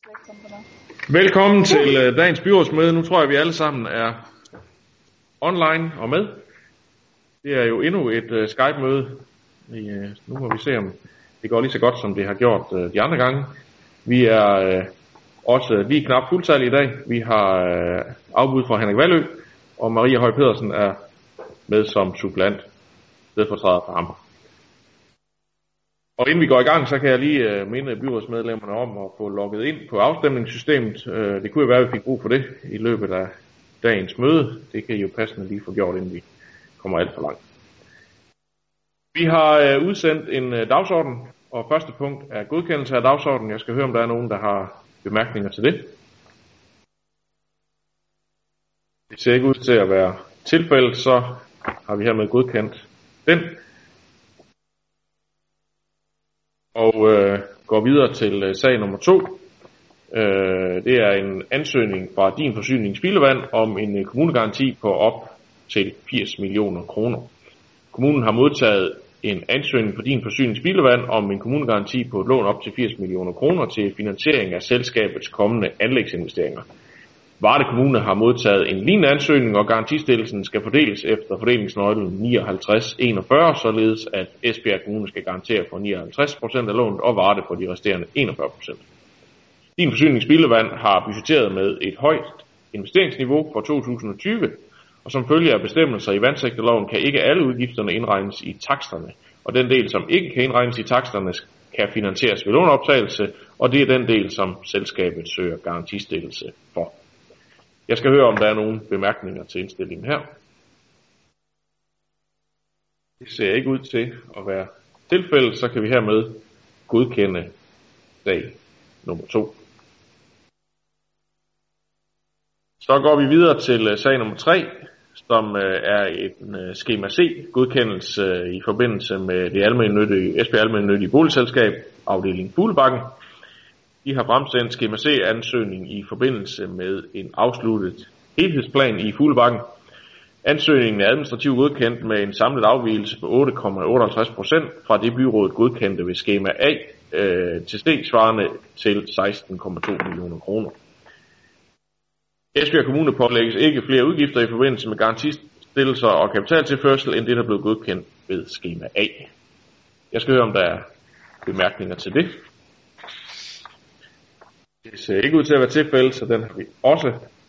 Velkommen til dagens byrådsmøde. Nu tror jeg, vi alle sammen er online og med. Det er jo endnu et Skype-møde. Nu må vi se, om det går lige så godt, som det har gjort de andre gange. Vi er også lige knap fuldtallige i dag. Vi har afbud fra Henrik Vallø, og Maria Høj Pedersen er med som suppleant, stedfortræder for ham. Og inden vi går i gang, så kan jeg lige minde byrådsmedlemmerne om at få logget ind på afstemningssystemet. Det kunne jo være, at vi fik brug for det i løbet af dagens møde. Det kan I jo passende lige få gjort, inden vi kommer alt for langt. Vi har udsendt en dagsorden, og første punkt er godkendelse af dagsordenen. Jeg skal høre, om der er nogen, der har bemærkninger til det. Det ser ikke ud til at være tilfældet, så har vi hermed godkendt den. Og går videre til sag nummer 2. Det er en ansøgning fra Din Forsyning Spildevand om en kommunegaranti på op til 80 millioner kroner. Kommunen har modtaget en ansøgning fra Din Forsyning Spildevand om en kommunegaranti på et lån op til 80 millioner kroner til finansiering af selskabets kommende anlægsinvesteringer. Varde Kommune har modtaget en lignende ansøgning, og garantistillelsen skal fordeles efter fordelingsnøglen 59-41, således at Esbjerg Kommune skal garantere for 59% af lånet, og Varde for de resterende 41%. Din Forsyning Spildevand har budgetteret med et højt investeringsniveau for 2020, og som følge af bestemmelser i vandsektorloven kan ikke alle udgifterne indregnes i taksterne, og den del, som ikke kan indregnes i taksterne, kan finansieres ved låneoptagelse, og det er den del, som selskabet søger garantistillelse for. Jeg skal høre, om der er nogle bemærkninger til indstillingen her. Det ser ikke ud til at være tilfældet, så kan vi hermed godkende sag nummer 2. Så går vi videre til sag nummer 3, som er en skema C godkendelse i forbindelse med det Esbjerg Almennyttige Boligselskab, afdeling Fuglebakken. De har fremsendt skema C-ansøgning i forbindelse med en afsluttet helhedsplan i Fuglebakken. Ansøgningen er administrativt godkendt med en samlet afvigelse på 8,58% fra det byrådet godkendte ved skema A til C, svarende til 16,2 millioner kroner. Esbjerg Kommune pålægges ikke flere udgifter i forbindelse med garantistillelser og kapitaltilførsel, end det, der blev godkendt ved skema A. Jeg skal høre, om der er bemærkninger til det. Det ser ikke ud til at være tilfældet, så den har vi også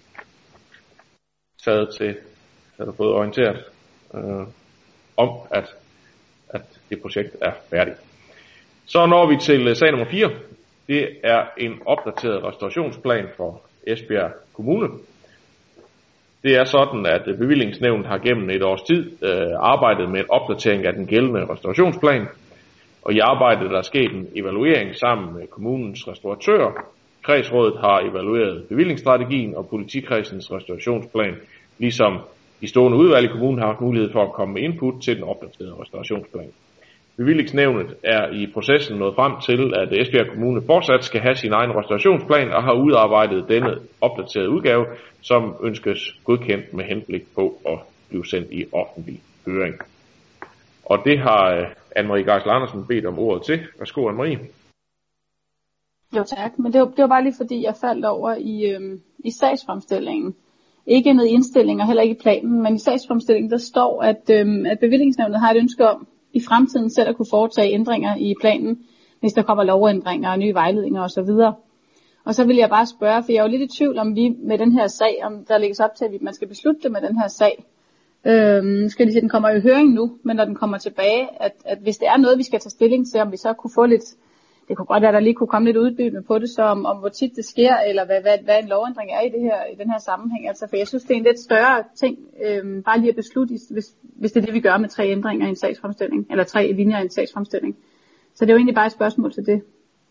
taget til, at der fået orienteret om, at det projekt er færdigt. Så når vi til sag nummer 4. Det er en opdateret restaurationsplan for Esbjerg Kommune. Det er sådan, at bevillingsnævnet har gennem et års tid arbejdet med en opdatering af den gældende restaurationsplan. Og i arbejdet der er sket en evaluering sammen med kommunens restauratører. Kredsrådet har evalueret bevillingsstrategien og politikredsens restaurationsplan, ligesom de stående udvalg i kommunen har haft mulighed for at komme med input til den opdaterede restaurationsplan. Bevillingsnævnet er i processen nået frem til, at Esbjerg Kommune fortsat skal have sin egen restaurationsplan og har udarbejdet denne opdaterede udgave, som ønskes godkendt med henblik på at blive sendt i offentlig høring. Og det har Anne-Marie Geisler Andersen bedt om ordet til. Værsgo, Anne-Marie. Jo tak, men det var bare lige fordi, jeg faldt over i sagsfremstillingen. Ikke ned i indstillinger, heller ikke i planen, men i sagsfremstillingen der står, at bevillingsnævnet har et ønske om i fremtiden selv at kunne foretage ændringer i planen, hvis der kommer lovændringer og nye vejledninger osv. Og så vil jeg bare spørge, for jeg er jo lidt i tvivl om vi med den her sag, om der lægges op til, at man skal beslutte det med den her sag. Skal de sige, at den kommer i høring nu, men når den kommer tilbage, at hvis det er noget, vi skal tage stilling til, om vi så kunne få lidt. Det kunne godt være, at der lige kunne komme lidt uddybende på det, så om hvor tit det sker, eller hvad en lovændring er i den her sammenhæng. Altså, for jeg synes, det er en lidt større ting, bare lige at beslutte, hvis det er det, vi gør med 3 ændringer i en sagsfremstilling, eller 3 linjer i en sagsfremstilling. Så det er jo egentlig bare et spørgsmål til det.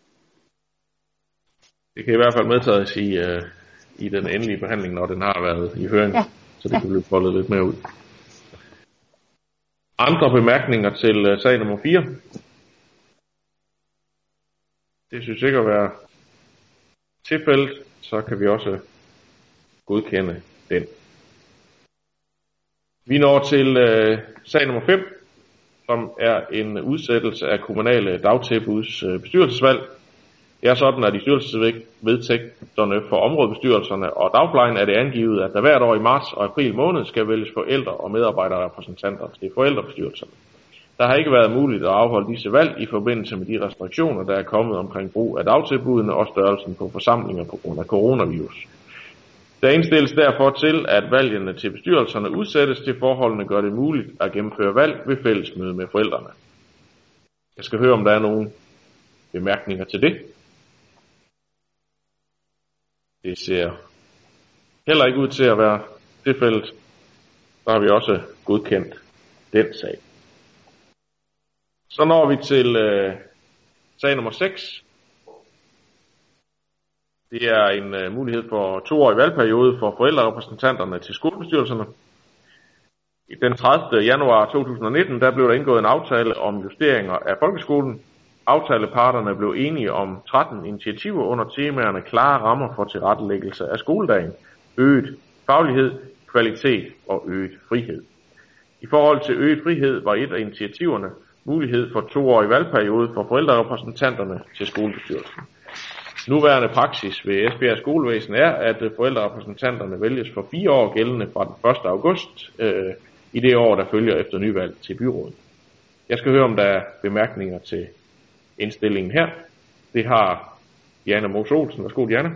Det kan i hvert fald medtages i den endelige behandling, når den har været i høring, ja. Så det kan blive foldet lidt mere ud. Andre bemærkninger til sag nummer 4? Det synes ikke at være tilfældet, så kan vi også godkende den. Vi når til sag nummer 5, som er en udsættelse af kommunale dagtilbuds bestyrelsesvalg. Det er sådan, at i styrelsesvedtægterne for områdebestyrelserne og dagplejen er det angivet, at der hvert år i marts og april måned skal vælges forældre og medarbejderrepræsentanter til forældrebestyrelserne. Der har ikke været muligt at afholde disse valg i forbindelse med de restriktioner, der er kommet omkring brug af dagtilbudene og størrelsen på forsamlinger på grund af coronavirus. Der indstilles derfor til, at valgene til bestyrelserne udsættes til forholdene gør det muligt at gennemføre valg ved fællesmøde med forældrene. Jeg skal høre, om der er nogle bemærkninger til det. Det ser heller ikke ud til at være tilfældet. Så har vi også godkendt den sag. Så når vi til sag nummer 6. Det er en mulighed for 2-årig valgperiode for forældrerepræsentanterne til skolebestyrelserne. Den 30. januar 2019 der blev der indgået en aftale om justeringer af folkeskolen. Aftaleparterne blev enige om 13 initiativer under temaerne klare rammer for tilrettelæggelse af skoledagen, øget faglighed, kvalitet og øget frihed. I forhold til øget frihed var et af initiativerne mulighed for 2-årig valgperiode for forældrerepræsentanterne til skolebestyrelsen. Nuværende praksis ved Esbjerg Skolevæsen er, at forældrerepræsentanterne vælges for 4 år gældende fra den 1. august i det år, der følger efter nyvalg til byrådet. Jeg skal høre, om der er bemærkninger til indstillingen her. Det har Diana Mos Olsen. Værsgo, Diana.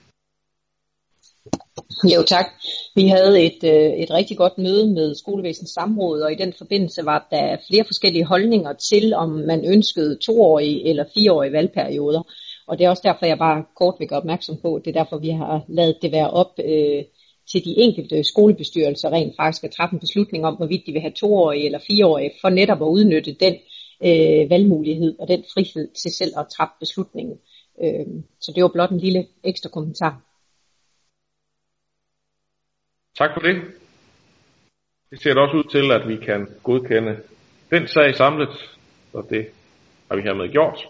Jo, tak. Vi havde et rigtig godt møde med Skolevæsenets Samråd, og i den forbindelse var der flere forskellige holdninger til, om man ønskede 2-årige eller 4-årige valgperioder. Og det er også derfor, jeg bare kort vil gøre opmærksom på, det er derfor, vi har lavet det være op til de enkelte skolebestyrelser rent faktisk at træffe en beslutning om, hvorvidt de vil have 2-årige eller 4-årige, for netop at udnytte den valgmulighed og den frihed til selv at træffe beslutningen. Så det var blot en lille ekstra kommentar. Tak for det. Det ser også ud til, at vi kan godkende den sag samlet, og det har vi hermed gjort.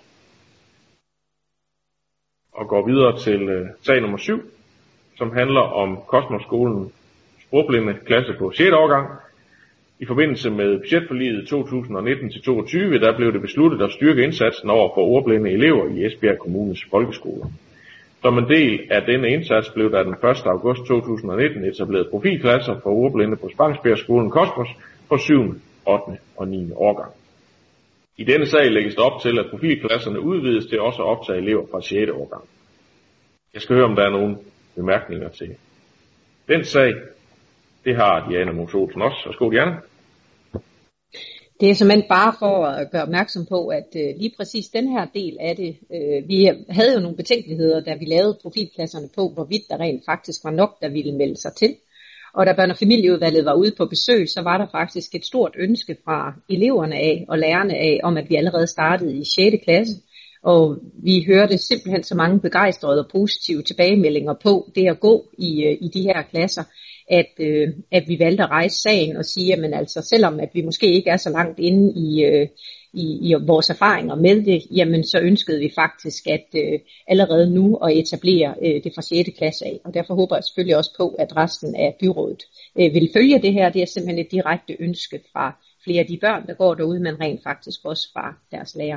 Og går videre til sag nummer 7, som handler om Kosmosskolen ordblinde klasse på 6. årgang. I forbindelse med budgetforliget 2019-22, der blev det besluttet at styrke indsatsen over for ordblinde elever i Esbjerg Kommunes folkeskoler. Som en del af denne indsats blev der den 1. august 2019 etableret profilklasser for ordblinde på Spangsbjergskolen Kosmos for 7., 8. og 9. årgang. I denne sag lægges der op til, at profilklasserne udvides til også at optage elever fra 6. årgang. Jeg skal høre, om der er nogle bemærkninger til den sag. Det har Diana Mos Olsen også. Værsgo, Diana. Det er simpelthen bare for at gøre opmærksom på, at lige præcis den her del af det, vi havde jo nogle betænkeligheder, da vi lavede profilklasserne på, hvorvidt der rent faktisk var nok, der ville melde sig til. Og da børn- og familieudvalget var ude på besøg, så var der faktisk et stort ønske fra eleverne af og lærerne af, om at vi allerede startede i 6. klasse. Og vi hørte simpelthen så mange begejstrede og positive tilbagemeldinger på det at gå i de her klasser, at vi valgte at rejse sagen og sige, jamen altså selvom at vi måske ikke er så langt inde i vores erfaringer med det, jamen så ønskede vi faktisk at allerede nu at etablere det fra 6. klasse af. Og derfor håber jeg selvfølgelig også på, at resten af byrådet vil følge det her. Det er simpelthen et direkte ønske fra flere af de børn, der går derude, men rent faktisk også fra deres lærer.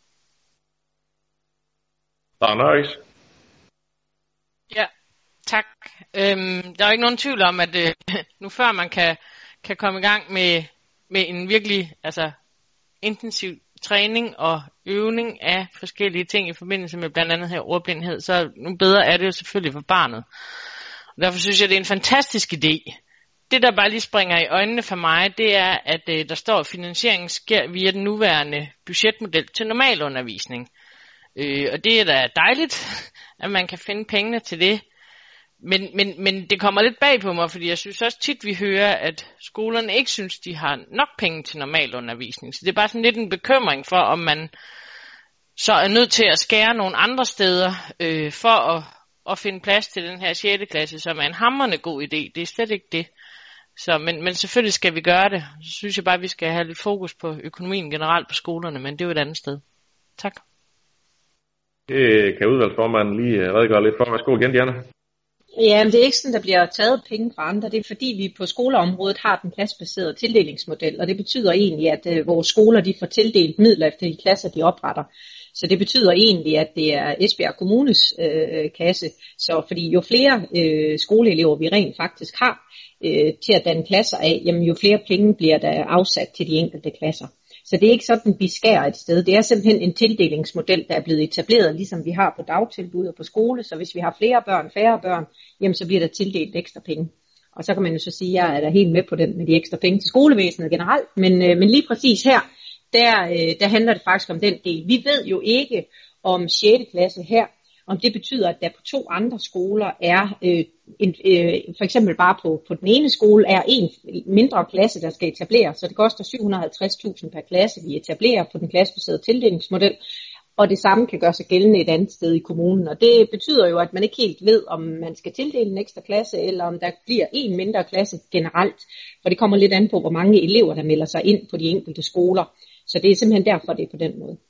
Ja, tak. Der er jo ikke nogen tvivl om, at nu før man kan komme i gang med en virkelig intensiv træning og øvning af forskellige ting i forbindelse med blandt andet her ordblindhed, så nu bedre er det jo selvfølgelig for barnet. Og derfor synes jeg, det er en fantastisk idé. Det, der bare lige springer i øjnene for mig, det er, at der står, at finansieringen sker via den nuværende budgetmodel til normalundervisning. Og det er da dejligt, at man kan finde pengene til det. Men det kommer lidt bag på mig, fordi jeg synes også tit, vi hører, at skolerne ikke synes, de har nok penge til normalundervisning. Så det er bare sådan lidt en bekymring for, om man så er nødt til at skære nogle andre steder for at finde plads til den her 6. klasse, som er en hamrende god idé. Det er slet ikke det. Så, men selvfølgelig skal vi gøre det. Så synes jeg bare, at vi skal have lidt fokus på økonomien generelt på skolerne, men det er jo et andet sted. Tak. Det kan udvalgsformanden lige redegøre lidt for. Værsgo igen, Diana. Ja, men det er ikke sådan, der bliver taget penge fra andre. Det er fordi, vi på skoleområdet har den klassebaserede tildelingsmodel, og det betyder egentlig, at vores skoler de får tildelt midler efter de klasser, de opretter. Så det betyder egentlig, at det er Esbjerg Kommunes kasse. Så fordi jo flere skoleelever vi rent faktisk har til at danne klasser af, jamen jo flere penge bliver der afsat til de enkelte klasser. Så det er ikke sådan, vi skærer et sted. Det er simpelthen en tildelingsmodel, der er blevet etableret, ligesom vi har på dagtilbud og på skole. Så hvis vi har flere børn, færre børn, jamen så bliver der tildelt ekstra penge. Og så kan man jo så sige, at jeg er da helt med på den med de ekstra penge til skolevæsenet generelt. Men lige præcis her, der handler det faktisk om den del. Vi ved jo ikke om 6. klasse her, om det betyder, at der på 2 andre skoler er, for eksempel bare på den ene skole, er en mindre klasse, der skal etablere. Så det koster 750.000 per klasse, vi etablerer på den klassebaserede tildelingsmodel. Og det samme kan gøre sig gældende et andet sted i kommunen. Og det betyder jo, at man ikke helt ved, om man skal tildele en ekstra klasse, eller om der bliver en mindre klasse generelt. For det kommer lidt an på, hvor mange elever, der melder sig ind på de enkelte skoler. Så det er simpelthen derfor, det er på den måde.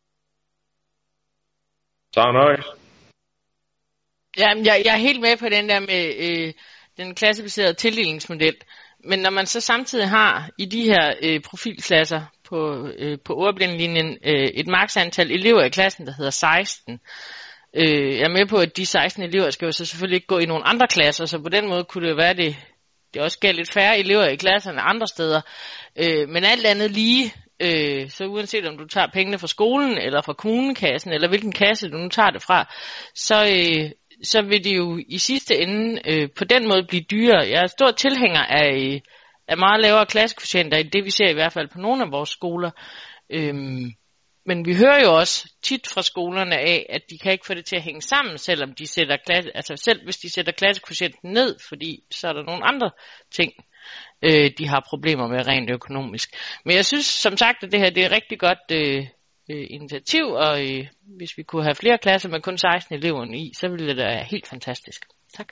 Så nøjes. Ja, jeg er helt med på den der med den klassebaserede tildelingsmodel. Men når man så samtidig har i de her profilklasser på ordblindelinjen et maksantal elever i klassen, der hedder 16. Jeg er med på, at de 16 elever skal jo så selvfølgelig ikke gå i nogle andre klasser, så på den måde kunne det jo være, det også gav lidt færre elever i klasserne andre steder. Men alt andet lige, så uanset om du tager pengene fra skolen, eller fra kommunekassen, eller hvilken kasse du nu tager det fra, så vil det jo i sidste ende på den måde blive dyrere. Jeg er stor tilhænger af meget lavere klassekvotienter, end det vi ser i hvert fald på nogle af vores skoler. Men vi hører jo også tit fra skolerne af, at de kan ikke få det til at hænge sammen, selvom de sætter selv hvis de sætter klassekvotienten ned, fordi så er der nogle andre ting, de har problemer med rent økonomisk. Men jeg synes som sagt, at det her det er et rigtig godt initiativ, og hvis vi kunne have flere klasser med kun 16 elever i, så ville det da være helt fantastisk. Tak.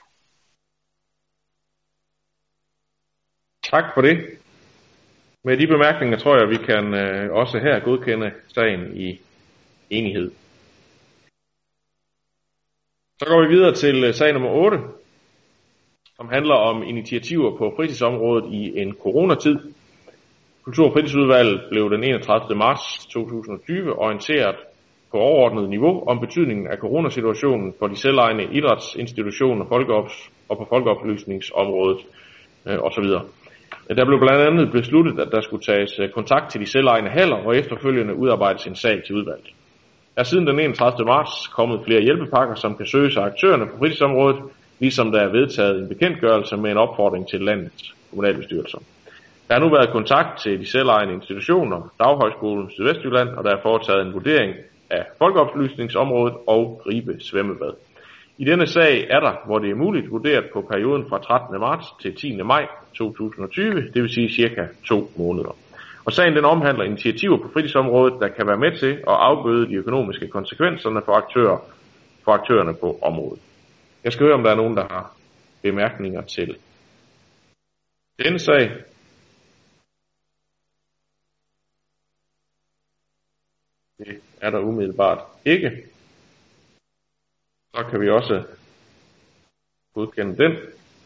Tak for det. Med de bemærkninger tror jeg, vi kan også her godkende sagen i enighed. Så går vi videre til sag nummer 8, som handler om initiativer på fritidsområdet i en coronatid. Kultur- og fritidsudvalget blev den 31. marts 2020 orienteret på overordnet niveau om betydningen af coronasituationen for de selvejende idrætsinstitutioner og på folkeoplysningsområdet osv. Der blev blandt andet besluttet, at der skulle tages kontakt til de selvejende haller og efterfølgende udarbejdes en sag til udvalget. Der er siden den 31. marts kommet flere hjælpepakker, som kan søges af aktørerne på fritidsområdet, ligesom der er vedtaget en bekendtgørelse med en opfordring til landets kommunalbestyrelser. Der har nu været kontakt til de selvejende institutioner, Daghøjskolen Sydvestjylland, og der er foretaget en vurdering af folkeoplysningsområdet og Ribe Svømmebad. I denne sag er der, hvor det er muligt, vurderet på perioden fra 13. marts til 10. maj 2020, det vil sige cirka 2 måneder. Og sagen den omhandler initiativer på fritidsområdet, der kan være med til at afbøde de økonomiske konsekvenserne for aktørerne på området. Jeg skal høre, om der er nogen, der har bemærkninger til denne sag. Det er der umiddelbart ikke. Så kan vi også godkende den.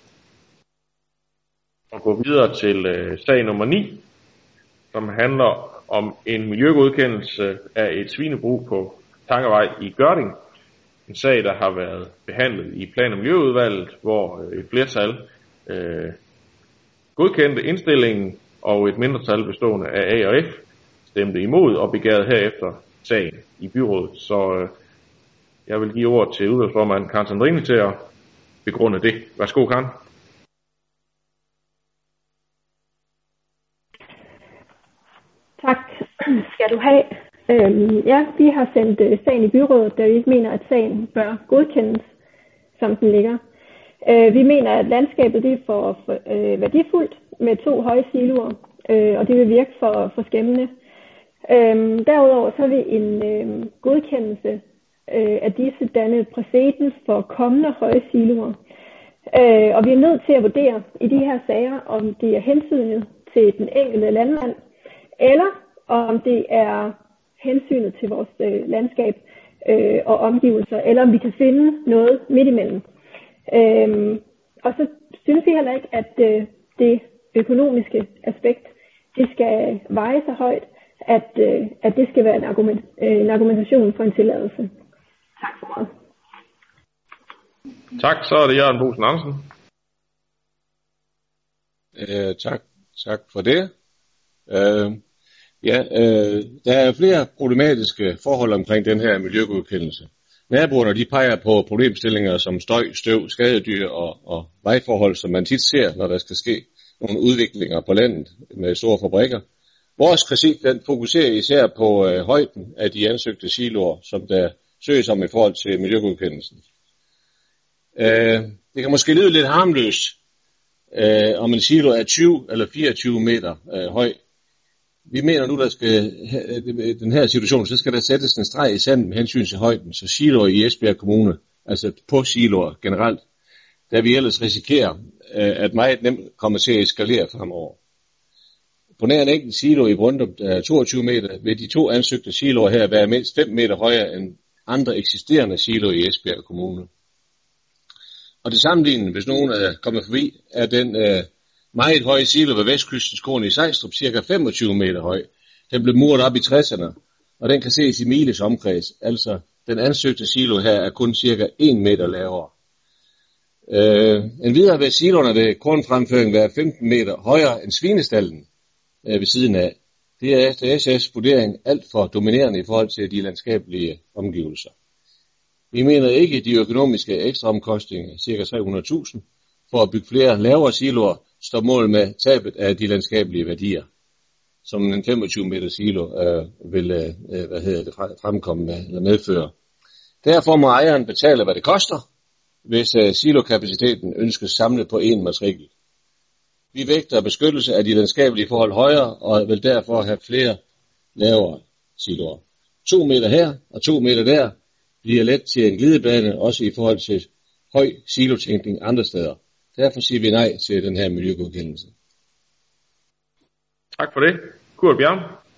Og gå videre til sag nummer 9, som handler om en miljøgodkendelse af et svinebrug på Tangevej i Gørding. En sag, der har været behandlet i Plan- og Miljøudvalget, hvor et flertal godkendte indstillingen, og et mindretal bestående af A og F stemte imod og begærede herefter sagen i byrådet. Så jeg vil give ord til udvalgsformand Karen Sandrini til at begrunde det. Værsgo, Karen. Tak skal du have. Ja, vi har sendt sagen i byrådet, da vi ikke mener, at sagen bør godkendes, som den ligger. Vi mener, at landskabet det er for værdifuldt med 2 høje siloer, og det vil virke for skæmmende. Derudover så vil en godkendelse af disse danne præcedens for kommende høje siloer. Og vi er nødt til at vurdere i de her sager, om det er hensynet til den enkelte landmand, eller om det er hensynet til vores landskab og omgivelser, eller om vi kan finde noget midt imellem. Og så synes vi heller ikke, at det økonomiske aspekt, det skal veje så højt, at det skal være en argumentation for en tilladelse. Tak for meget. Tak, så er det Jørgen Bosen Andersen. Tak for det. Der er flere problematiske forhold omkring den her miljøgodkendelse. Naboerne de peger på problemstillinger som støj, støv, skadedyr og vejforhold, som man tit ser, når der skal ske nogle udviklinger på landet med store fabrikker. Vores kritik den fokuserer især på højden af de ansøgte siloer, som der søges om i forhold til miljøgodkendelsen. Det kan måske lyde lidt harmløst, om en silo er 20 eller 24 meter høj. Vi mener nu, der skal den her situation, så skal der sættes en streg i sandet med hensyn til højden, så siloer i Esbjerg Kommune, altså på siloer generelt, der vi ellers risikerer, at meget nemt kommer til at eskalere fremover. På nær en enkelt silo i Brøndum, der er 22 meter, vil de to ansøgte siloer her være mindst 5 meter højere end andre eksisterende siloer i Esbjerg Kommune. Og det sammenlignet, hvis nogen er kommet forbi, er den meget høje silo ved Vestkystens Korn i Sejstrup, cirka 25 meter høj. Den blev muret op i 60'erne, og den kan ses i miles omkreds. Altså, den ansøgte silo her er kun cirka 1 meter lavere. Endvidere vil siloerne ved kornfremføring være 15 meter højere end svinestallen ved siden af. Det er efter SS' vurdering alt for dominerende i forhold til de landskabelige omgivelser. Vi mener ikke, at de økonomiske ekstraomkostninger, ca. 300.000, for at bygge flere lavere siloer, står mål med tabet af de landskabelige værdier, som en 25 meter silo vil fremkomme med eller medføre. Derfor må ejeren betale, hvad det koster, hvis silokapaciteten ønskes samlet på en matrikel. Vi vægter beskyttelse af de landskabelige forhold højere, og vil derfor have flere lavere siloer. 2 meter her og 2 meter der bliver let til en glidebane, også i forhold til høj silotænkning andre steder. Derfor siger vi nej til den her miljøgodkendelse. Tak for det. Kurt Bjerg.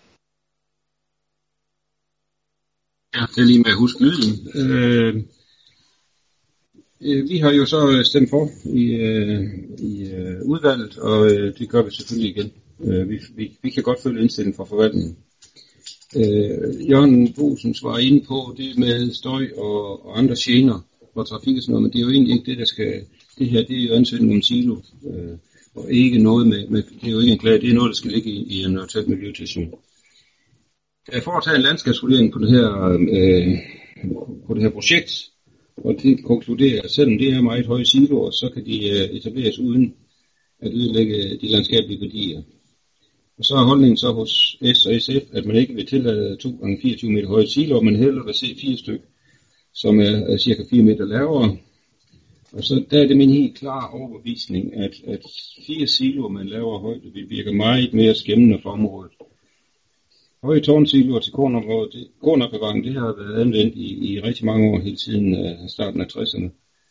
Ja, det er lige med at huske lyden. Vi har jo så stemt for i udvalget, og det gør vi selvfølgelig igen. Vi kan godt følge indstillingen fra forvaltningen. Jørgen Bosen var inde på det med støj og andre gener og trafik og sådan noget, men det er jo egentlig ikke det, der skal. Det her, det er jo ansøgning om silo, og ikke noget med, det er jo ikke en klage, det er noget, der skal ligge i en neutral miljøtilsyn. Der er foretaget en landskabsvurdering på det her projekt, og det konkluderer, at selvom det er meget høje siloer, så kan de etableres uden at ødelægge de landskabelige værdier. Og så er holdningen så hos S og SF, at man ikke vil tillade 2 gange 24 meter høje siloer, men hellere vil se 4 stykker, som er cirka 4 meter lavere. Og så der er det min helt klare overbevisning, at 4 siloer med en lavere højde vil virke meget mere skæmmende for området. Høje tårnsiloer til kornopbevaring, det har været anvendt i rigtig mange år, hele siden starten af 60'erne.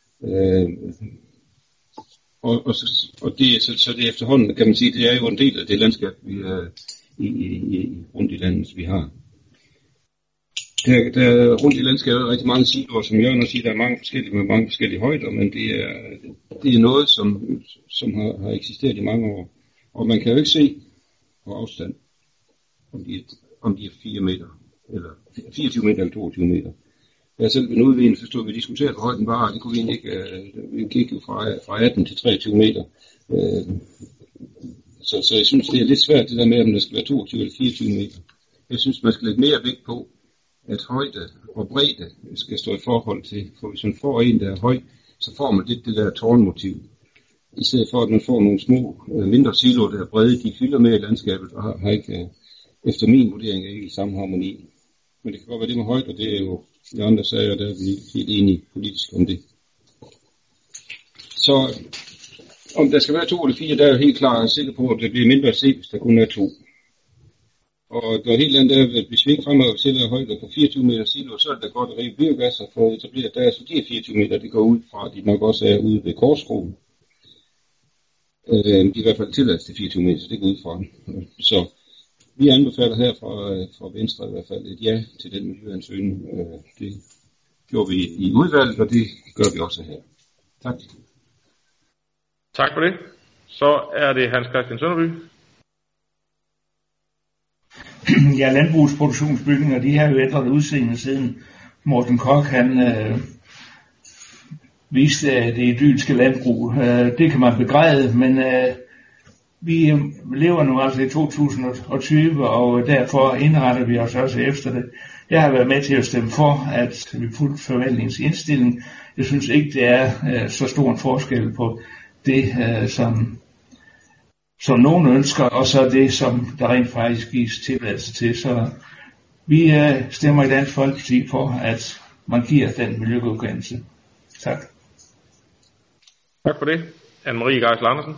Og det er så det efterhånden, kan man sige, det er jo en del af det landskab, vi er rundt i landet, vi har. Der rundt i landskabet er rigtig mange siloer, som Jørgen siger, der er mange forskellige med mange forskellige højder, men det er noget, som har eksisteret i mange år. Og man kan jo ikke se på afstand, om de er 4 meter, eller 24 meter eller 22 meter. Da jeg selv blev udvidet, så stod vi diskuteret, hvor højden var, det kunne vi egentlig ikke, vi gik jo fra 18 til 23 meter. Så jeg synes, det er lidt svært det der med, om der skal være 22 eller 24 meter. Jeg synes, man skal lægge mere vægt på, at højde og bredde skal stå i forhold til, for hvis man får en, der er høj, så får man det der tårnmotiv. I stedet for, at man får nogle små, mindre siloer, der er brede, de fylder mere i landskabet, og har ikke, efter min vurdering, ikke i samme harmoni. Men det kan godt være det med højde, og det er jo de andre sager, der er vi helt enige politisk om det. Så om der skal være 2 eller 4, der er jo helt klart sikker på, at det bliver mindre at se, hvis der kun er 2. Og det er helt andet, at hvis vi ikke fremover til at højde på 24 meter silo, så er det da godt at rive biogasser for at etablere der, så de er 24 meter, det går ud fra, at de nok også er ude ved Korskroen. De er i hvert fald tilladt til 24 meter, så det går ud fra. Så vi anbefaler her fra Venstre i hvert fald et ja til den miljøansøgning. Det gjorde vi i udvalget, og det gør vi også her. Tak. Tak for det. Så er det Hans Christian Sønderby. landbrugsproduktionsbygninger, de har jo ændret udseende siden Morten Korch, han viste det idylliske landbrug. Det kan man begræde, men vi lever nu altså i 2020, og derfor indretter vi os også efter det. Jeg har været med til at stemme for, at vi fulgte forvaltningens indstilling. Jeg synes ikke, det er så stor en forskel på det, som nogen ønsker, og så det, som der rent faktisk gives tilladelse til. Så vi stemmer i Dansk Folkeparti for, at man giver den miljøgodkendelse. Tak. Tak for det. Anne-Marie Geisler Andersen.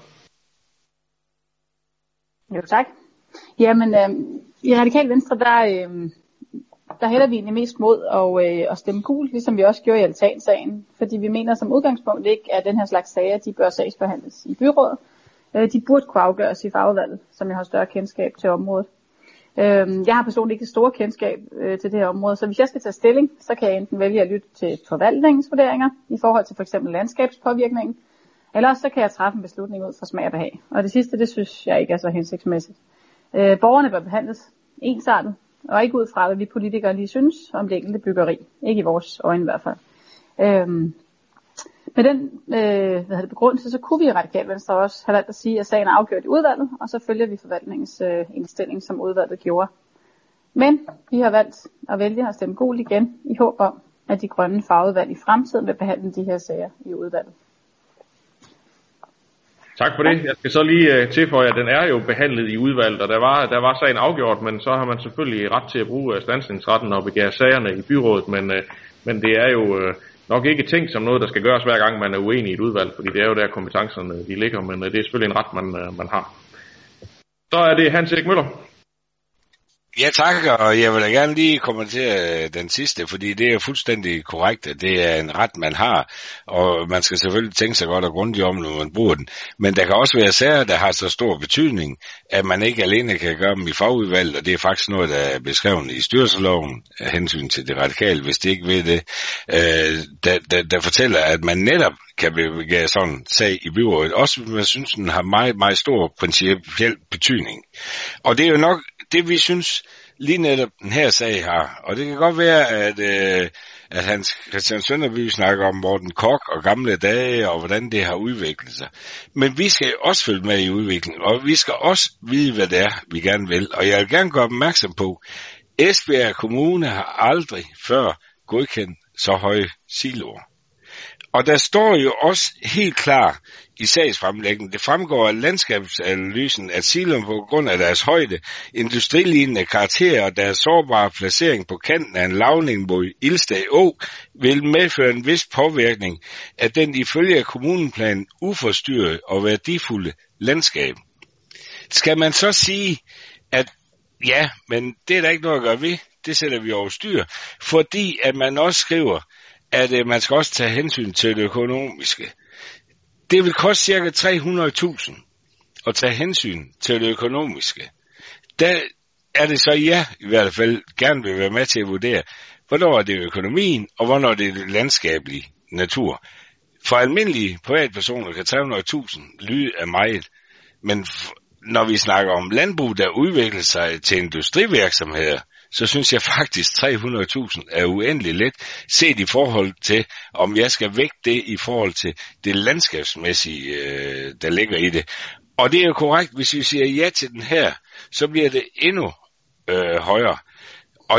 Jo, tak. Jamen, i Radikale Venstre, der hælder vi egentlig mest mod at stemme gult, ligesom vi også gjorde i altansagen. Fordi vi mener som udgangspunkt ikke, at den her slags sager, de bør sagsbehandles i byrådet. De burde kunne afgøres i fagudvalget, som jeg har større kendskab til området. Jeg har personligt ikke et stort kendskab til det her område, så hvis jeg skal tage stilling, så kan jeg enten vælge at lytte til forvaltningens vurderinger i forhold til f.eks. landskabspåvirkningen, eller så kan jeg træffe en beslutning ud fra smag og behag. Og det sidste, det synes jeg ikke er så hensigtsmæssigt. Borgerne bør behandles ensartet, og ikke ud fra, hvad vi politikere lige synes om det enkelte byggeri. Ikke i vores øjne i hvert fald. Med den begrundelse, så kunne vi i Radikale Venstre også have valgt at sige, at sagen er afgjort i udvalget, og så følger vi forvaltningens indstilling, som udvalget gjorde. Men vi har valgt at vælge at stemme gult igen, i håb om, at de grønne fagudvalg i fremtiden vil behandle de her sager i udvalget. Tak for det. Jeg skal så lige tilføje, at den er jo behandlet i udvalget, og der var sagen afgjort, men så har man selvfølgelig ret til at bruge standsningsretten og begære sagerne i byrådet, men det er jo nok ikke tænkt som noget, der skal gøres hver gang man er uenig i et udvalg, fordi det er jo der kompetencerne de ligger, men det er selvfølgelig en ret, man har. Så er det Hans Erik Møller. Ja tak, og jeg vil da gerne lige kommentere den sidste, fordi det er fuldstændig korrekt, at det er en ret, man har, og man skal selvfølgelig tænke sig godt og grundigt om, når man bruger den. Men der kan også være sager, der har så stor betydning, at man ikke alene kan gøre dem i fagudvalget, og det er faktisk noget, der er beskrevet i styrelsesloven af hensyn til det radikale, hvis det ikke ved det, der fortæller, at man netop kan begære sådan en sag i byrådet, også hvis man synes, den har meget, meget stor principiel betydning. Og det er jo nok det, vi synes lige netop den her sag har. Og det kan godt være, at Hans Christian Sønderby snakker om Morten Korch og gamle dage, og hvordan det har udviklet sig. Men vi skal også følge med i udviklingen, og vi skal også vide, hvad det er, vi gerne vil. Og jeg vil gerne gøre opmærksom på, Esbjerg Kommune har aldrig før godkendt så høje siloer. Og der står jo også helt klar i sagsfremlægningen, det fremgår af landskabsanalysen, at siloerne på grund af deres højde, industrilignende karakter og deres sårbare placering på kanten af en lavning mod Ildsted Å, vil medføre en vis påvirkning af den ifølge kommuneplanen uforstyrrede og værdifulde landskab. Skal man så sige, at ja, men det er der ikke noget at gøre ved, det sætter vi over styr, fordi at man også skriver, at man skal også tage hensyn til det økonomiske. Det vil koste ca. 300.000 at tage hensyn til det økonomiske. Der er det så, jeg i hvert fald gerne vil være med til at vurdere, hvornår er det økonomien, og hvornår er det landskabelig natur. For almindelige privatpersoner kan 300.000 lyde af meget, men når vi snakker om landbrug, der udvikler sig til industrivirksomheder, så synes jeg faktisk 300.000 er uendelig let, set i forhold til, om jeg skal vægte det i forhold til det landskabsmæssige, der ligger i det. Og det er jo korrekt, hvis vi siger ja til den her, så bliver det endnu højere. Og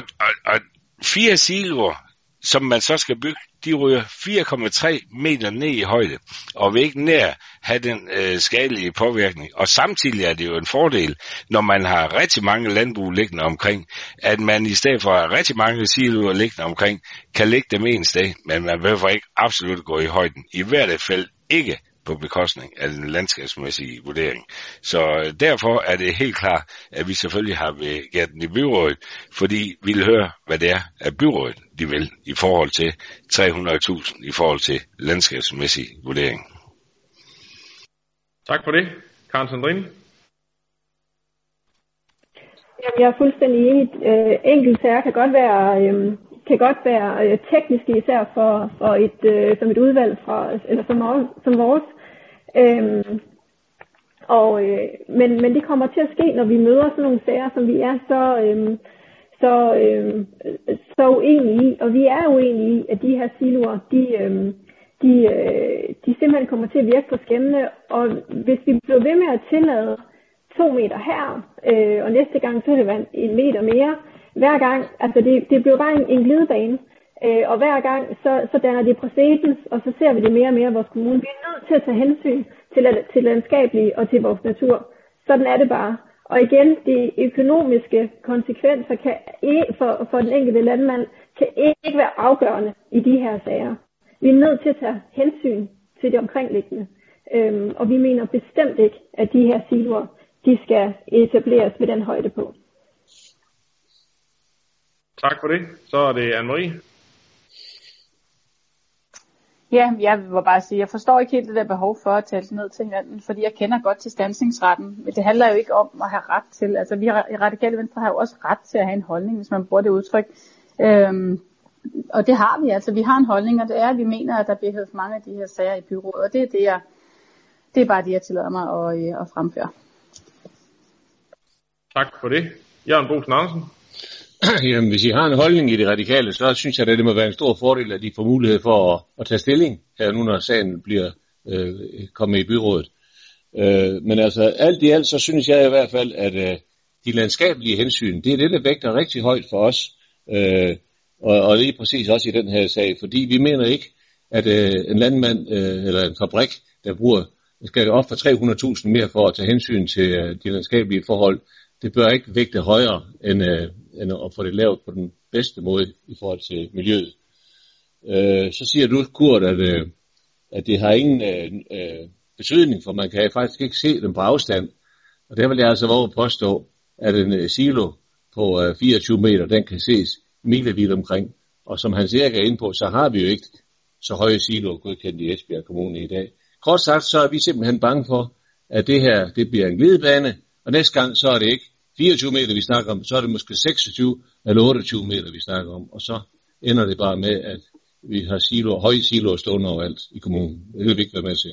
4 siloer, som man så skal bygge, de ryger 4,3 meter ned i højde, og vil ikke nær have den skadelige påvirkning. Og samtidig er det jo en fordel, når man har rigtig mange landbrug liggende omkring, at man i stedet for at have rigtig mange siloer liggende omkring, kan lægge dem en sted, men man behøver ikke absolut gå i højden. I hvert fald ikke på bekostning af den landskabsmæssige vurdering. Så derfor er det helt klart, at vi selvfølgelig har begært den i byrådet, fordi vi vil høre, hvad det er, at byrådet de vil i forhold til 300.000 i forhold til landskabsmæssig vurdering. Tak for det. Karen Sandrine? Jeg er fuldstændig enig. Enkelte sager kan godt være tekniske, især som et udvalg fra, eller som vores. Men det kommer til at ske, når vi møder sådan nogle sager, som vi er så uenige i. Og vi er uenige i, at de her siloer, de simpelthen kommer til at virke for skæmmende. Og hvis vi bliver ved med at tillade 2 meter her, og næste gang så vil det være 1 meter mere, hver gang, altså det bliver bare en glidebane. Og hver gang så danner det præcedens, og så ser vi det mere og mere i vores kommune. Vi er nødt til at tage hensyn til landskabelige og til vores natur. Sådan er det bare. Og igen, de økonomiske konsekvenser for den enkelte landmand kan ikke være afgørende i de her sager. Vi er nødt til at tage hensyn til det omkringliggende. Og vi mener bestemt ikke, at de her siloer, de skal etableres ved den højde på. Tak for det. Så er det Anne-Marie. Ja, jeg vil bare sige, jeg forstår ikke helt det der behov for at tale ned til hinanden, fordi jeg kender godt til standsningsretten. Men det handler jo ikke om at have ret til, altså vi i Radikale Venstre har jo også ret til at have en holdning, hvis man bruger det udtryk. Og det har vi altså, vi har en holdning, og det er, at vi mener, at der bliver hævet for mange af de her sager i byrådet, og det er bare det, jeg tillader mig at fremføre. Tak for det. Jørgen Bosen Andersen. Jamen, hvis I har en holdning i det radikale, så synes jeg, at det må være en stor fordel, at de får mulighed for at tage stilling her nu, når sagen bliver kommet i byrådet. Men altså, alt i alt, så synes jeg i hvert fald, at de landskabelige hensyn, det er det, der vægter rigtig højt for os. Og lige præcis også i den her sag, fordi vi mener ikke, at en landmand eller en fabrik, der skal op for 300.000 mere for at tage hensyn til de landskabelige forhold, det bør ikke vægte højere end at få det lavet på den bedste måde i forhold til miljøet. Så siger du, Kurt, at det har ingen betydning, for man kan faktisk ikke se dem på afstand. Og der vil jeg altså våge at påstå, at en silo på 24 meter, den kan ses milevidt omkring. Og som han cirka er inde på, så har vi jo ikke så høje siloer godkendt i Esbjerg Kommune i dag. Kort sagt, så er vi simpelthen bange for, at det her det bliver en glidebane, og næste gang så er det ikke 24 meter, vi snakker om, så er det måske 26 eller 28 meter, vi snakker om. Og så ender det bare med, at vi har høje siloer stående overalt i kommunen. Det vil vi ikke være med til.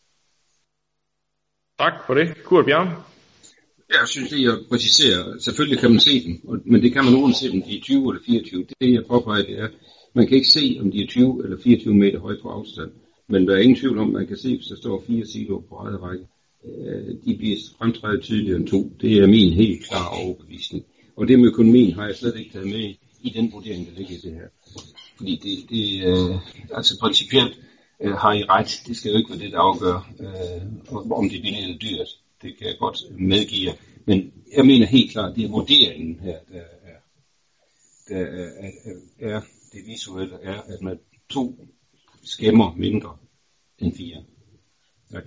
Tak for det. Kurt Bjerg. Jeg synes lige at præcisere, selvfølgelig kan man se dem, men det kan man uanset om de er 20 eller 24. Det jeg påpeger, det er, man kan ikke se, om de er 20 eller 24 meter høje på afstand. Men der er ingen tvivl om, man kan se, hvis der står 4 siloer på eget række. De bliver fremtrædet tydeligere end 2. Det er min helt klare overbevisning. Og det med økonomien har jeg slet ikke taget med i den vurdering, der ligger i det her. Fordi altså principielt har I ret. Det skal jo ikke være det, der afgør, om det er billigt eller dyrt. Det kan jeg godt medgive. Men jeg mener helt klart, det er vurderingen her, der er det visuelle, er, at man 2 skæmmer mindre end 4. Tak.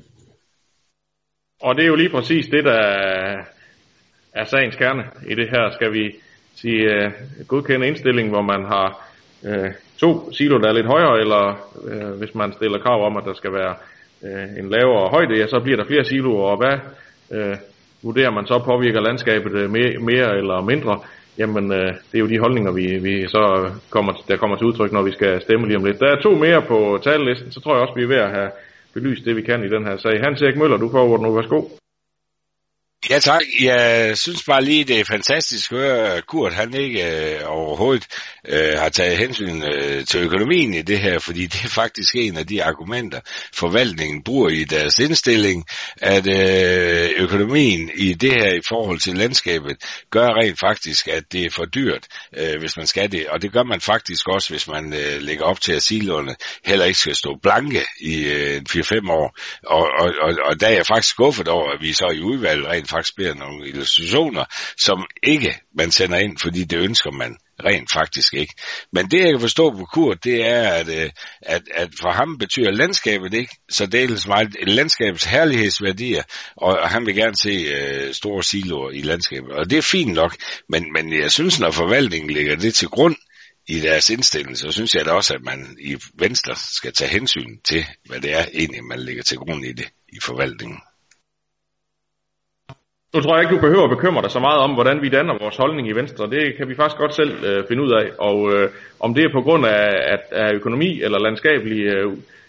Og det er jo lige præcis det, der er sagens kerne i det her. Skal vi sige godkende indstilling, hvor man har 2 siloer, der er lidt højere, eller hvis man stiller krav om, at der skal være en lavere højde, ja, så bliver der flere siloer, og hvad vurderer man så påvirker landskabet mere eller mindre? Jamen, det er jo de holdninger, vi så kommer til udtryk, når vi skal stemme lige om lidt. Der er 2 mere på talelisten, så tror jeg også, vi er ved at have belyst det, vi kan i den her sag. Hans Erik Møller, du får ordet nu. Værsgo. Ja tak, jeg synes bare lige, det er fantastisk at høre, Kurt han ikke overhovedet har taget hensyn til økonomien i det her, fordi det er faktisk en af de argumenter, forvaltningen bruger i deres indstilling, at økonomien i det her i forhold til landskabet gør rent faktisk, at det er for dyrt, hvis man skal det, og det gør man faktisk også, hvis man lægger op til, at siloerne heller ikke skal stå blanke i 4-5 år, og der er jeg faktisk skuffet over, at vi så i udvalget rent faktisk bliver nogle illustrationer, som ikke man sender ind, fordi det ønsker man rent faktisk ikke. Men det jeg kan forstå på Kurt, det er, at for ham betyder landskabet ikke så dels meget landskabets herlighedsværdier, og han vil gerne se store siloer i landskabet. Og det er fint nok, men jeg synes, når forvaltningen lægger det til grund i deres indstilling, så synes jeg da også, at man i Venstre skal tage hensyn til, hvad det er egentlig, man lægger til grund i det i forvaltningen. Nu tror jeg ikke, du behøver at bekymre dig så meget om, hvordan vi danner vores holdning i Venstre. Det kan vi faktisk godt selv finde ud af. Og om det er på grund af økonomi eller landskabelige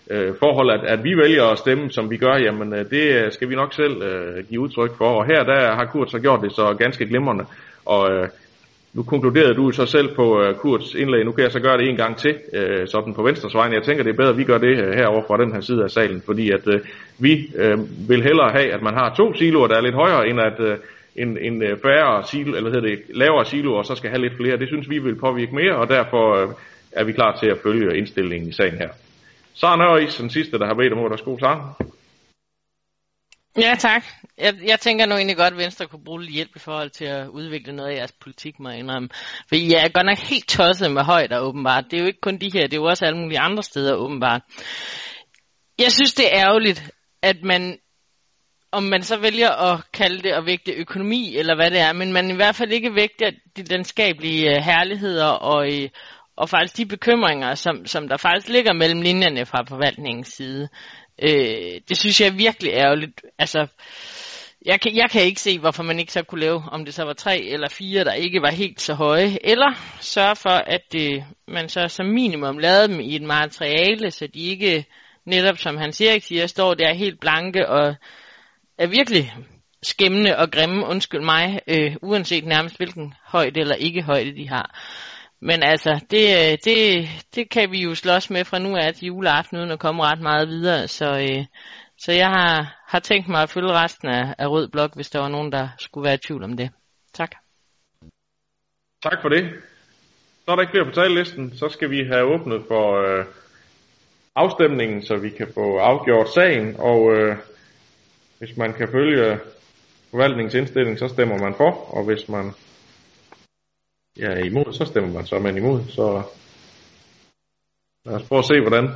forhold, at vi vælger at stemme, som vi gør, jamen det skal vi nok selv give udtryk for. Og her der har Kurt så gjort det så ganske glimrende. Og nu konkluderede du så selv på Kurts indlæg. Nu kan jeg så gøre det en gang til, sådan på Venstres vegne. Jeg tænker, det er bedre, at vi gør det herovre fra den her side af salen, fordi at vi vil hellere have, at man har 2 siloer, der er lidt højere, end at en færre silo, eller hedder det lavere siloer, og så skal have lidt flere. Det synes vi vil påvirke mere, og derfor er vi klar til at følge indstillingen i sagen her. Sara Nørris, den sidste, der har bedt om ordet. Værsgo, Sara. Ja, tak. Jeg tænker nu egentlig godt, at Venstre kunne bruge lidt hjælp i forhold til at udvikle noget af jeres politik, må jeg indrømme. For I er godt nok helt tosset med højder, åbenbart. Det er jo ikke kun de her, det er jo også alle mulige andre steder, åbenbart. Jeg synes, det er ærgerligt, at man, om man så vælger at kalde det at vægte økonomi, eller hvad det er, men man i hvert fald ikke vægter de landskabelige herligheder og faktisk de bekymringer, som der faktisk ligger mellem linjerne fra forvaltningens side. Det synes jeg er virkelig ærgerligt. Altså, jeg kan ikke se, hvorfor man ikke så kunne lave, om det så var 3 eller 4, der ikke var helt så høje, eller sørge for, at man så som minimum lavede dem i et materiale, så de ikke, netop som Hans Erik siger, står der helt blanke og er virkelig skæmmende og grimme, undskyld mig, uanset nærmest hvilken højde eller ikke højde de har. Men altså, det kan vi jo slås med fra nu af til juleaften, uden at komme ret meget videre. Så jeg har tænkt mig at følge resten af Rød Blok, hvis der var nogen, der skulle være i tvivl om det. Tak. Tak for det. Så er der ikke flere på talelisten. Så skal vi have åbnet for afstemningen, så vi kan få afgjort sagen. Og hvis man kan følge forvaltningens indstilling, så stemmer man for. Og hvis man er imod, så stemmer man så man imod. Så lad os prøve at se, hvordan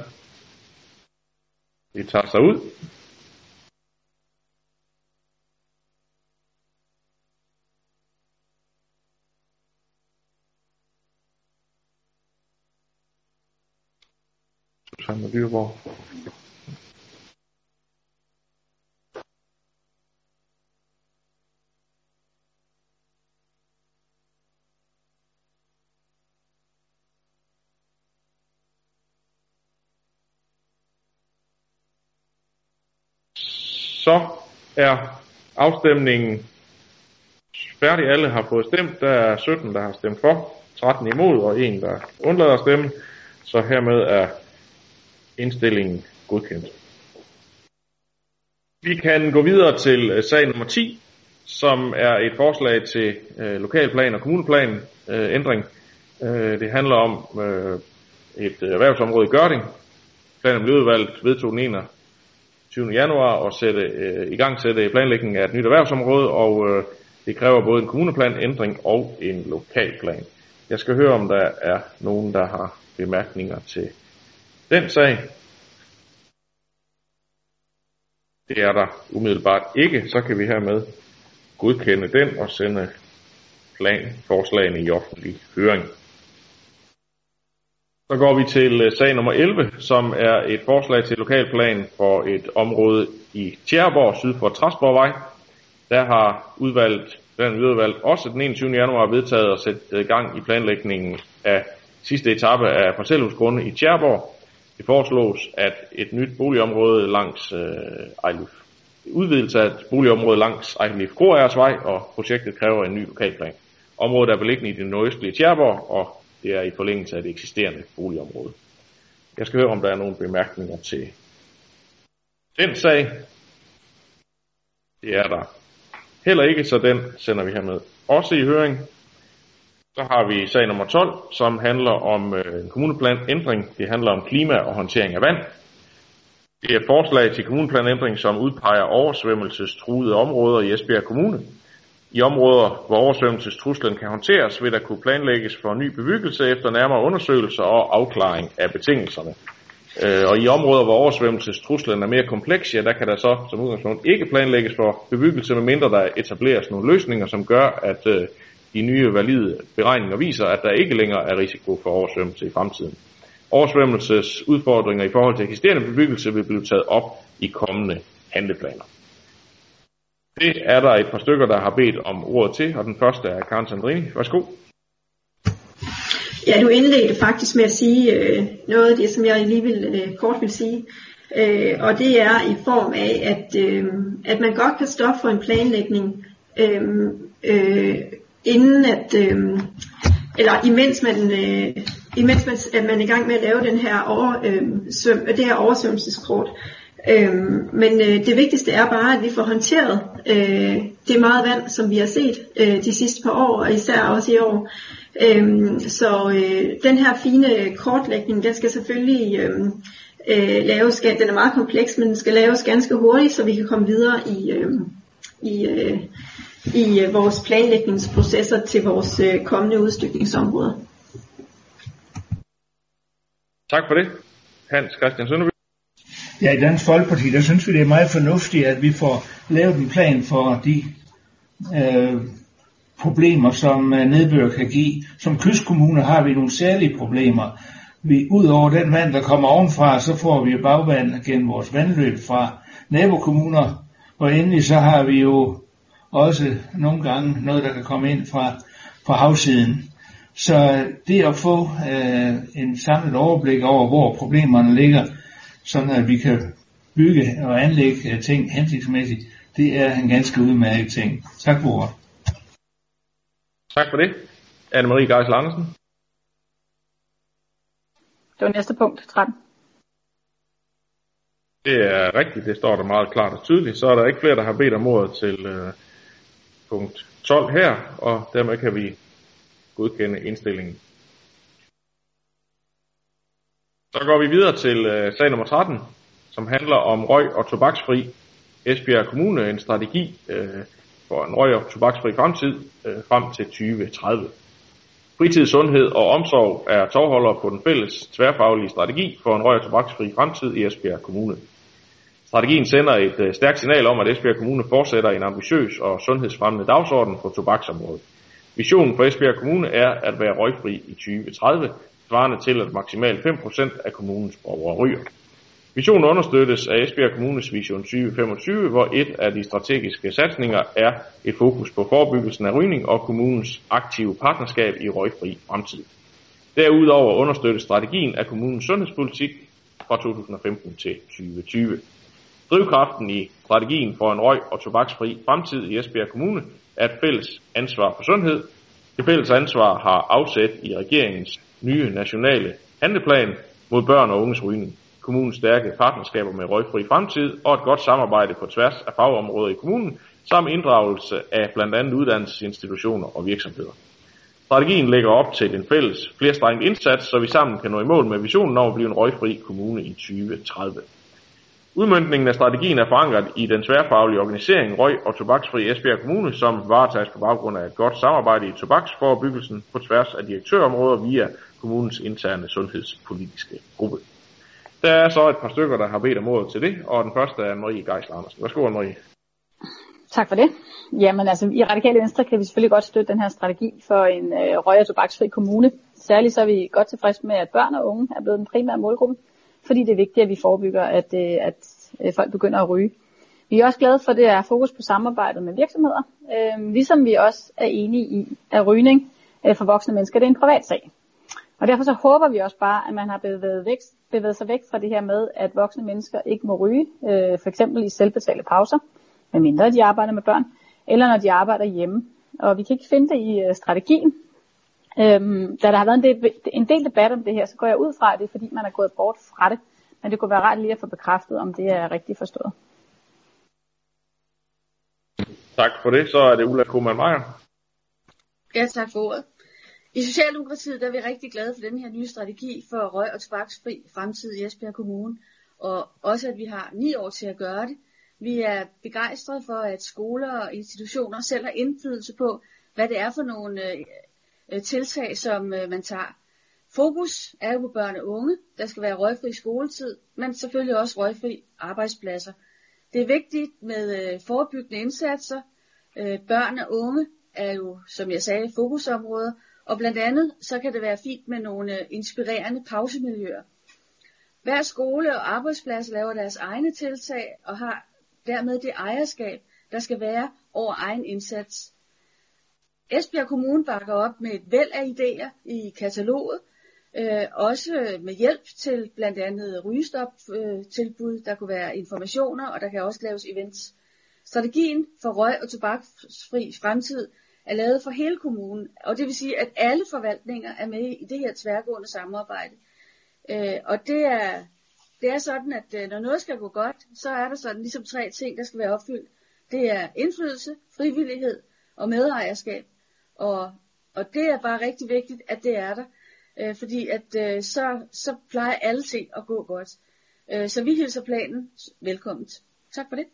det tager sig ud. Susanne Dyreborg. Så er afstemningen færdig. Alle har fået stemt. Der er 17, der har stemt for, 13 imod og 1, der undlader at stemme. Så hermed er indstillingen godkendt. Vi kan gå videre til sag nummer 10, som er et forslag til lokalplan og kommuneplan ændring. Det handler om et erhvervsområde i Gørding. Plan- og Miljøudvalget vedtog den 21. januar og igangsætte planlægningen af et nyt erhvervsområde, og det kræver både en kommuneplan ændring og en lokalplan. Jeg skal høre, om der er nogen, der har bemærkninger til den sag. Det er der umiddelbart ikke, så kan vi hermed godkende den og sende planforslagene i offentlig høring. Så går vi til sag nummer 11, som er et forslag til lokalplan for et område i Tjæreborg, syd for Trasborgvej. Der har udvalget også den 21. januar vedtaget at sætte gang i planlægningen af sidste etape af parcelhusgrunde i Tjæreborg. Det foreslås, at et nyt boligområde langs udvidelse af et boligområde langs Ejlif Groærsvej, og projektet kræver en ny lokalplan. Området er beliggende i det nordøstlige Tjæreborg, og det er i forlængelse af det eksisterende boligområde. Jeg skal høre, om der er nogle bemærkninger til den sag. Det er der heller ikke, så den sender vi hermed også i høring. Så har vi sag nummer 12, som handler om en kommuneplanændring. Det handler om klima og håndtering af vand. Det er et forslag til kommuneplanændring, som udpeger oversvømmelsestruede områder i Esbjerg Kommune. I områder, hvor oversvømmelsestruslen kan håndteres, vil der kunne planlægges for ny bebyggelse efter nærmere undersøgelser og afklaring af betingelserne. Og i områder, hvor oversvømmelsestruslen er mere kompleks, ja, der kan der så som udgangspunkt ikke planlægges for bebyggelse, medmindre der etableres nogle løsninger, som gør, at de nye valide beregninger viser, at der ikke længere er risiko for oversvømmelse i fremtiden. Oversvømmelsesudfordringer i forhold til eksisterende bebyggelse vil blive taget op i kommende handleplaner. Det er der et par stykker, der har bedt om ordet til, og den første er Karen Sandrini. Værsgo. Ja, du indledte faktisk med at sige noget af det, som jeg lige kort vil sige. Og det er i form af, at man godt kan stoppe for en planlægning, inden at, eller imens man er i gang med at lave den her det her oversvømmelseskort. Men det vigtigste er bare, at vi får håndteret det meget vand, som vi har set de sidste par år, og især også i år. Så den her fine kortlægning, den skal selvfølgelig laves, den er meget kompleks, men den skal laves ganske hurtigt, så vi kan komme videre i vores planlægningsprocesser til vores kommende udstykningsområder. Tak for det. Hans Christian Sønderby. Ja, i Dansk Folkeparti, der synes vi, det er meget fornuftigt, at vi får lavet en plan for de problemer, som nedbør kan give. Som kystkommune har vi nogle særlige problemer. Udover den vand, der kommer ovenfra, så får vi bagvand gennem vores vandløb fra nabokommuner. Og endelig så har vi jo også nogle gange noget, der kan komme ind fra havsiden. Så det at få en samlet overblik over, hvor problemerne ligger, sådan at vi kan bygge og anlægge ting hensigtsmæssigt, det er en ganske udmærket ting. Tak for ordet. Tak for det. Anne-Marie Geisler Andersen. Det var næste punkt, 13. Det er rigtigt, det står der meget klart og tydeligt. Så er der ikke flere, der har bedt om ordet til punkt 12 her, og dermed kan vi godkende indstillingen. Så går vi videre til sag nummer 13, som handler om røg- og tobaksfri Esbjerg Kommune, en strategi for en røg- og tobaksfri fremtid frem til 2030. Fritid, sundhed og omsorg er tovholdere på den fælles tværfaglige strategi for en røg- og tobaksfri fremtid i Esbjerg Kommune. Strategien sender et stærkt signal om, at Esbjerg Kommune fortsætter en ambitiøs og sundhedsfremmende dagsorden på tobaksområdet. Visionen for Esbjerg Kommune er at være røgfri i 2030, svarende til at maksimalt 5% af kommunens borgere ryger. Visionen understøttes af Esbjerg Kommunes Vision 2025, hvor et af de strategiske satsninger er et fokus på forebyggelsen af rygning og kommunens aktive partnerskab i røgfri fremtid. Derudover understøttes strategien af kommunens sundhedspolitik fra 2015 til 2020. Drivkraften i strategien for en røg- og tobaksfri fremtid i Esbjerg Kommune er et fælles ansvar for sundhed. Det fælles ansvar har afsæt i regeringens nye nationale handleplan mod børn og unges rygning, kommunens stærke partnerskaber med røgfri fremtid og et godt samarbejde på tværs af fagområder i kommunen, samt inddragelse af blandt andet uddannelsesinstitutioner og virksomheder. Strategien lægger op til en fælles flerstrenget indsats, så vi sammen kan nå i mål med visionen om at blive en røgfri kommune i 2030. Udmøntningen af strategien er forankret i den tværfaglige organisering Røg- og Tobaksfri Esbjerg Kommune, som varetages på baggrund af et godt samarbejde i tobaksforebyggelsen på tværs af direktørområder via kommunens interne sundhedspolitiske gruppe. Der er så et par stykker, der har bedt om ordet til det, og den første er Marie Geisler Andersen. Værsgo, Marie. Tak for det. Jamen altså, i Radikale Venstre kan vi selvfølgelig godt støtte den her strategi for en røg- og tobaksfri kommune. Særligt så er vi godt tilfredse med, at børn og unge er blevet den primære målgruppe, fordi det er vigtigt, at vi forebygger, at folk begynder at ryge. Vi er også glade for, at det er fokus på samarbejdet med virksomheder, ligesom vi også er enige i, at rygning for voksne mennesker det er en privat sag. Og derfor så håber vi også bare, at man har bevæget sig væk fra det her med, at voksne mennesker ikke må ryge, for eksempel i selvbetalte pauser, medmindre de arbejder med børn, eller når de arbejder hjemme. Og vi kan ikke finde det i strategien. Da der har været en del debat om det her, så går jeg ud fra, at det er fordi, man er gået bort fra det. Men det kunne være rart lige at få bekræftet, om det er rigtigt forstået. Tak for det. Så er det Ulla Koman-Meyer. Ja, tak for ordet. I Socialdemokratiet der er vi rigtig glade for den her nye strategi for røg- og tobaksfri fremtid i Esbjerg Kommune. Og også at vi har 9 år til at gøre det. Vi er begejstrede for, at skoler og institutioner selv har indflydelse på, hvad det er for nogle tiltag, som man tager. Fokus er jo på børn og unge. Der skal være røgfri skoletid, men selvfølgelig også røgfri arbejdspladser. Det er vigtigt med forebyggende indsatser. Børn og unge er jo, som jeg sagde, fokusområder. Og blandt andet, så kan det være fint med nogle inspirerende pausemiljøer. Hver skole og arbejdsplads laver deres egne tiltag og har dermed det ejerskab, der skal være over egen indsats. Esbjerg Kommune bakker op med et væld af idéer i kataloget, også med hjælp til blandt andet rygestop-tilbud, der kunne være informationer, og der kan også laves events. Strategien for røg- og tobaksfri fremtid er lavet for hele kommunen, og det vil sige, at alle forvaltninger er med i det her tværgående samarbejde. Og det er sådan, at når noget skal gå godt, så er der sådan ligesom 3 ting, der skal være opfyldt. Det er indflydelse, frivillighed og medejerskab. Og det er bare rigtig vigtigt, at det er der. Fordi at så plejer alle ting at gå godt. Så vi hilser planen velkommen. Tak for det.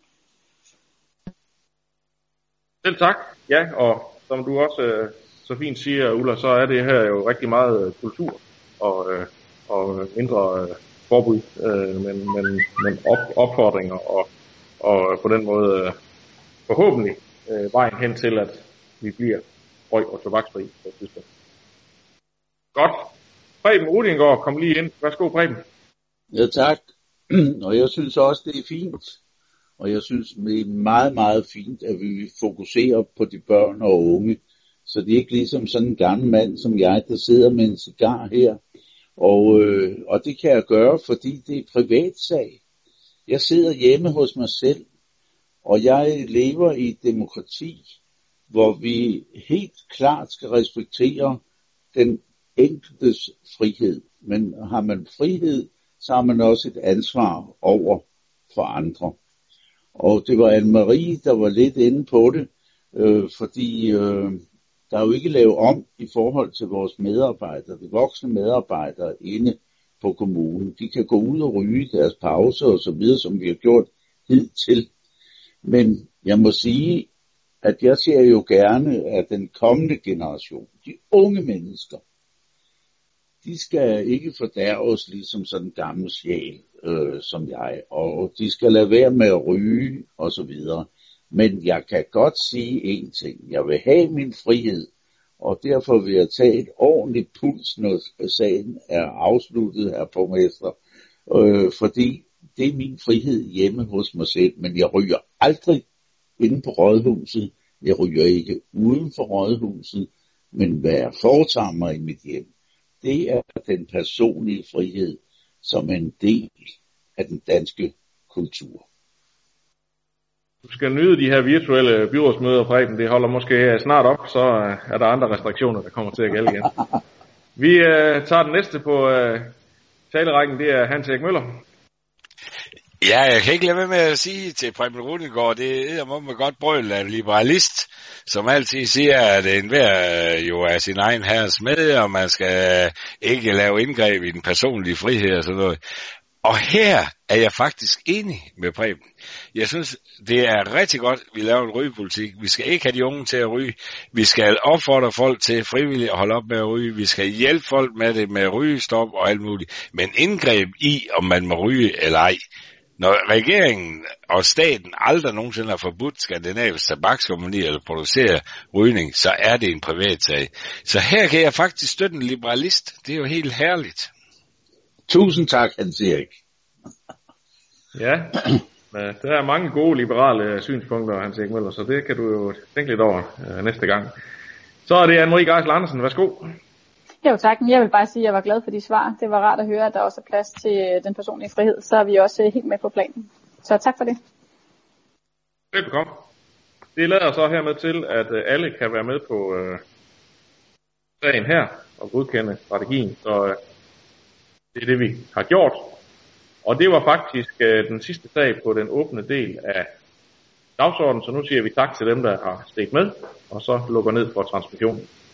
Selv tak. Ja, og som du også så fint siger, Ulla, så er det her jo rigtig meget kultur og mindre forbud, men opfordringer og på den måde forhåbentlig vejen hen til, at vi bliver røg- og tobaksfri på et tidspunkt. Godt. Preben Rudinggaard, kom lige ind. Værsgo, Preben. Ja, tak. Og jeg synes også, det er fint. Og jeg synes, det er meget, meget fint, at vi fokuserer på de børn og unge. Så det er ikke ligesom sådan en gammel mand som jeg, der sidder med en cigar her. Og det kan jeg gøre, fordi det er privatsag. Jeg sidder hjemme hos mig selv, og jeg lever i et demokrati, hvor vi helt klart skal respektere den enkeltes frihed. Men har man frihed, så har man også et ansvar over for andre. Og det var Anne-Marie, der var lidt inde på det, fordi der er jo ikke lavet om i forhold til vores medarbejdere, de voksne medarbejdere inde på kommunen. De kan gå ud og ryge deres pauser og så videre, som vi har gjort hidtil. Men jeg må sige, at jeg ser jo gerne, at den kommende generation, de unge mennesker, de skal ikke fordærves ligesom sådan en gammel sjæl som jeg, og de skal lade være med at ryge og så videre. Men jeg kan godt sige en ting. Jeg vil have min frihed, og derfor vil jeg tage et ordentligt puls, når sagen er afsluttet her på borgmester, fordi det er min frihed hjemme hos mig selv, men jeg ryger aldrig inde på rådhuset. Jeg ryger ikke uden for rådhuset, men hvad jeg foretager mig i mit hjem, det er den personlige frihed, som er en del af den danske kultur. Du skal nyde de her virtuelle byrådsmøder, Preben. Det holder måske snart op, så er der andre restriktioner, der kommer til at gælde igen. Vi tager den næste på talerækken, det er Hans Erik Møller. Ja, jeg kan ikke lade være med at sige til Preben Rudinggaard, det er med godt brøl af en liberalist, som altid siger, at enhver jo er sin egen herres med, og man skal ikke lave indgreb i den personlige frihed og sådan noget. Og her er jeg faktisk enig med Preben. Jeg synes, det er rigtig godt, at vi laver en rygepolitik. Vi skal ikke have de unge til at ryge. Vi skal opfordre folk til frivilligt at holde op med at ryge. Vi skal hjælpe folk med det med rygestop og alt muligt. Men indgreb i, om man må ryge eller ej. Når regeringen og staten aldrig nogensinde har forbudt Skandinavisk Tabakskompagni eller producere rygning, så er det en privat sag. Så her kan jeg faktisk støtte en liberalist. Det er jo helt herligt. Tusind tak, Hans Erik. Ja, der er mange gode liberale synspunkter, Hans Erik Møller, så det kan du jo tænke lidt over næste gang. Så er det Anne-Marie Geisel Andersen. Værsgo. Jo tak, jeg vil bare sige, at jeg var glad for de svar. Det var rart at høre, at der også er plads til den personlige frihed, så er vi også helt med på planen. Så tak for det. Velkommen. Det lader så hermed til, at alle kan være med på sagen her og godkende strategien, så det er det, vi har gjort. Og det var faktisk den sidste sag på den åbne del af dagsordenen, så nu siger vi tak til dem, der har steget med, og så lukker ned for transmissionen.